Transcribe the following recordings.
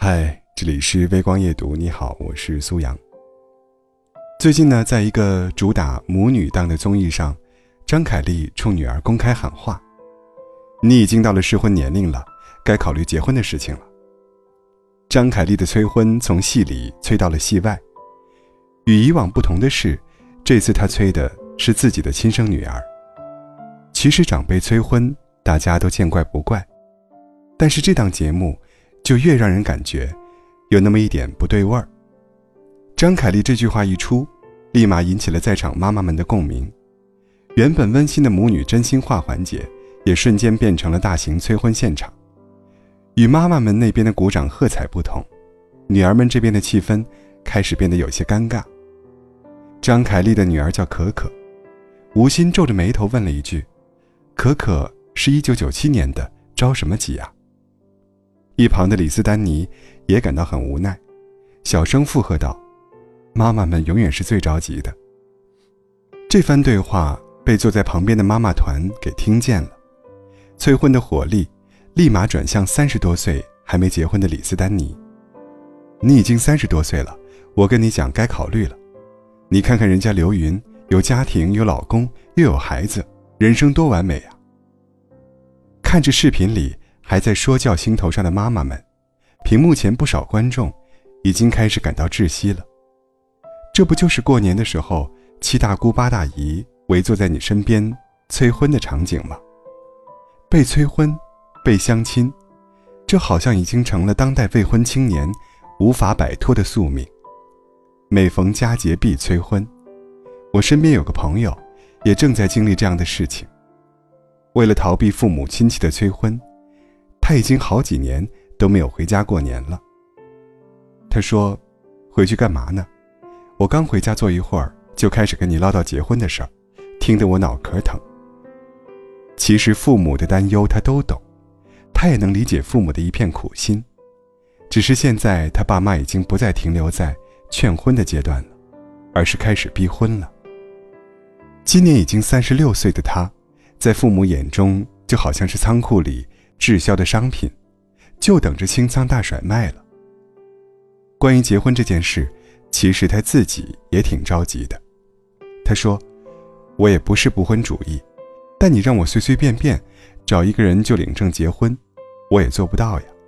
嗨，这里是微光夜读，你好，我是苏阳。最近呢，在一个主打母女档的综艺上，张凯丽冲女儿公开喊话：你已经到了适婚年龄了，该考虑结婚的事情了。张凯丽的催婚从戏里催到了戏外，与以往不同的是，这次她催的是自己的亲生女儿。其实长辈催婚大家都见怪不怪，但是这档节目就越让人感觉有那么一点不对味儿。张凯丽这句话一出，立马引起了在场妈妈们的共鸣。原本温馨的母女真心话环节也瞬间变成了大型催婚现场。与妈妈们那边的鼓掌喝彩不同，女儿们这边的气氛开始变得有些尴尬。张凯丽的女儿叫可可，吴昕皱着眉头问了一句：可可是1997年的，着什么急啊？一旁的李斯丹妮也感到很无奈，小声附和道：妈妈们永远是最着急的。这番对话被坐在旁边的妈妈团给听见了，催婚的火力立马转向30多岁还没结婚的李斯丹妮。你已经30多岁了，我跟你讲该考虑了。你看看人家刘云，有家庭有老公又有孩子，人生多完美啊。看着视频里还在说教心头上的妈妈们，屏幕前不少观众已经开始感到窒息了。这不就是过年的时候7大姑8大姨围坐在你身边催婚的场景吗？被催婚，被相亲，这好像已经成了当代未婚青年无法摆脱的宿命。每逢佳节必催婚，我身边有个朋友也正在经历这样的事情。为了逃避父母亲戚的催婚，他已经好几年都没有回家过年了。他说：回去干嘛呢？我刚回家坐一会儿，就开始跟你唠叨结婚的事儿，听得我脑壳疼。其实父母的担忧他都懂，他也能理解父母的一片苦心，只是现在他爸妈已经不再停留在劝婚的阶段了，而是开始逼婚了。今年已经36岁的他，在父母眼中就好像是仓库里滞销的商品，就等着清仓大甩卖了。关于结婚这件事，其实他自己也挺着急的。他说：我也不是不婚主义，但你让我随随便便找一个人就领证结婚，我也做不到呀。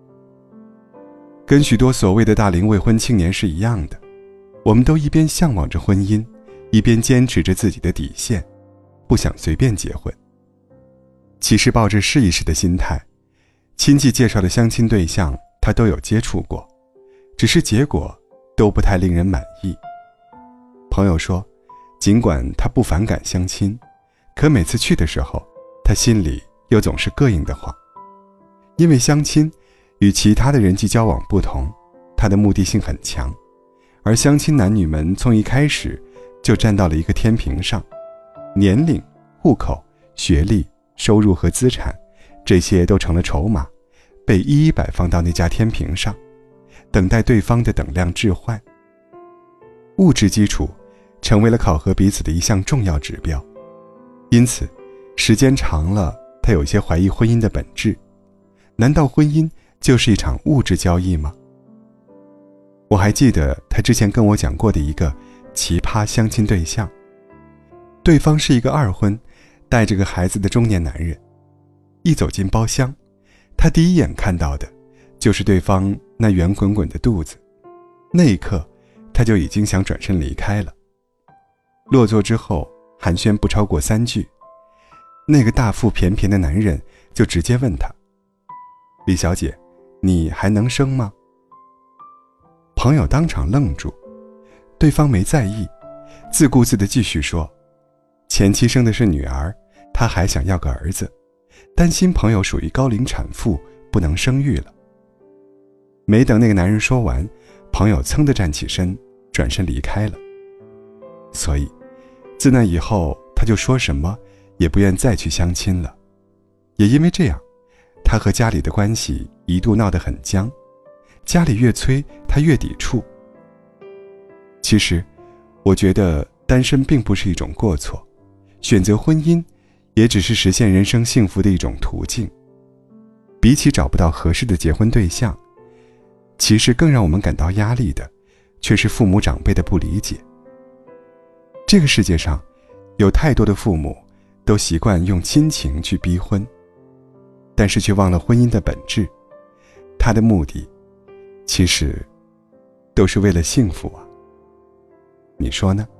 跟许多所谓的大龄未婚青年是一样的，我们都一边向往着婚姻，一边坚持着自己的底线，不想随便结婚。其实抱着试一试的心态，亲戚介绍的相亲对象他都有接触过，只是结果都不太令人满意。朋友说，尽管他不反感相亲，可每次去的时候，他心里又总是膈应的慌。因为相亲与其他的人际交往不同，它的目的性很强，而相亲男女们从一开始就站到了一个天平上，年龄、户口、学历、收入和资产，这些都成了筹码，被一一摆放到那架天平上，等待对方的等量置换。物质基础成为了考核彼此的一项重要指标，因此时间长了，他有些怀疑婚姻的本质。难道婚姻就是一场物质交易吗？我还记得他之前跟我讲过的一个奇葩相亲对象，对方是一个2婚带着个孩子的中年男人。一走进包厢，他第一眼看到的就是对方那圆滚滚的肚子，那一刻他就已经想转身离开了。落座之后寒暄不超过3句，那个大腹便便的男人就直接问他：李小姐，你还能生吗？朋友当场愣住，对方没在意，自顾自地继续说：前妻生的是女儿，他还想要个儿子，担心朋友属于高龄产妇不能生育了。没等那个男人说完，朋友噌地站起身，转身离开了。所以自那以后，他就说什么也不愿再去相亲了。也因为这样，他和家里的关系一度闹得很僵，家里越催他越抵触。其实我觉得单身并不是一种过错，选择婚姻也只是实现人生幸福的一种途径。比起找不到合适的结婚对象， 其实更让我们感到压力的，却是父母长辈的不理解。这个世界上，有太多的父母都习惯用亲情去逼婚，但是却忘了婚姻的本质，它的目的，其实都是为了幸福啊。你说呢？